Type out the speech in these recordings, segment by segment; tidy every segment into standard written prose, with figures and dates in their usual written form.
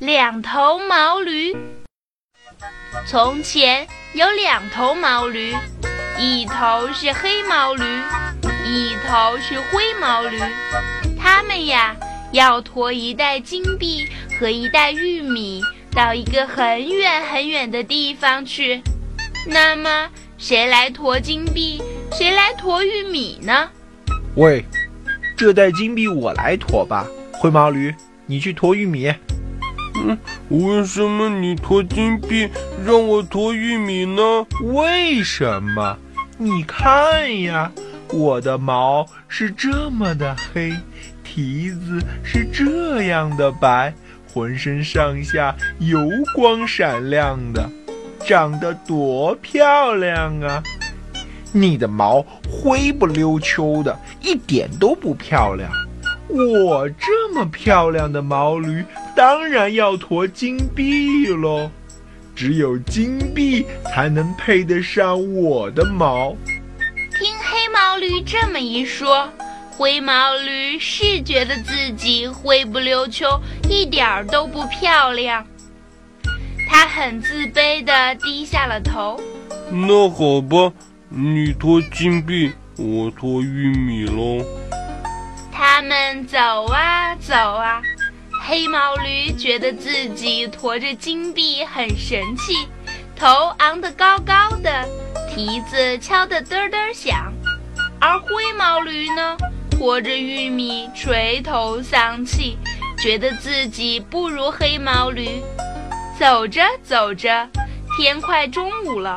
两头毛驴。从前有两头毛驴，一头是黑毛驴，一头是灰毛驴。它们呀，要驮一袋金币和一袋玉米到一个很远很远的地方去。那么，谁来驮金币，谁来驮玉米呢？ 喂，这袋金币我来驮吧。灰毛驴，你去驮玉米。 为什么你驮金币，让我驮玉米呢？ 为什么？你看呀，我的毛是这么的黑，蹄子是这样的白，浑身上下油光闪亮的，长得多漂亮啊！你的毛灰不溜秋的，一点都不漂亮。我这么漂亮的毛驴，当然要驮金币咯。只有金币才能配得上我的毛。 听黑毛驴这么一说，灰毛驴是觉得自己灰不溜秋，一点儿都不漂亮。他很自卑地低下了头。 那好吧，你驮金币，我驮玉米咯。 他们走啊走啊，黑毛驴觉得自己驮着金币很神气，头昂得高高的，蹄子敲得嘚嘚响。而灰毛驴呢，驮着玉米垂头丧气，觉得自己不如黑毛驴。走着走着，天快中午了。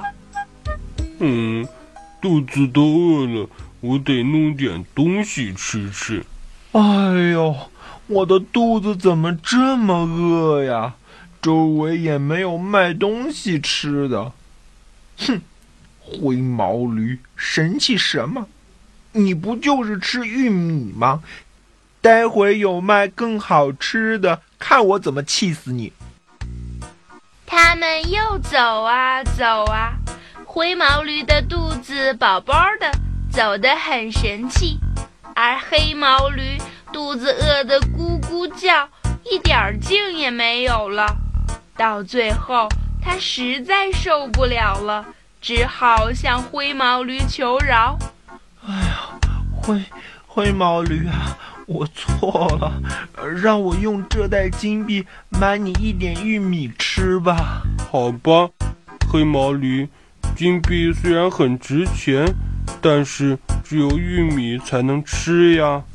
肚子都饿了，我得弄点东西吃吃。 哎呦，我的肚子怎么这么饿呀？周围也没有卖东西吃的。哼，灰毛驴，神气什么？你不就是吃玉米吗？待会有卖更好吃的，看我怎么气死你！ 他们又走啊走啊，灰毛驴的肚子饱饱的，走得很神气，而黑毛驴肚子饿得咕咕叫，一点劲也没有了。到最后，他实在受不了了，只好向灰毛驴求饶。 哎呀，灰毛驴啊，我错了，让我用这袋金币买你一点玉米吃吧。 好吧，黑毛驴，金币虽然很值钱，但是只有玉米才能吃呀。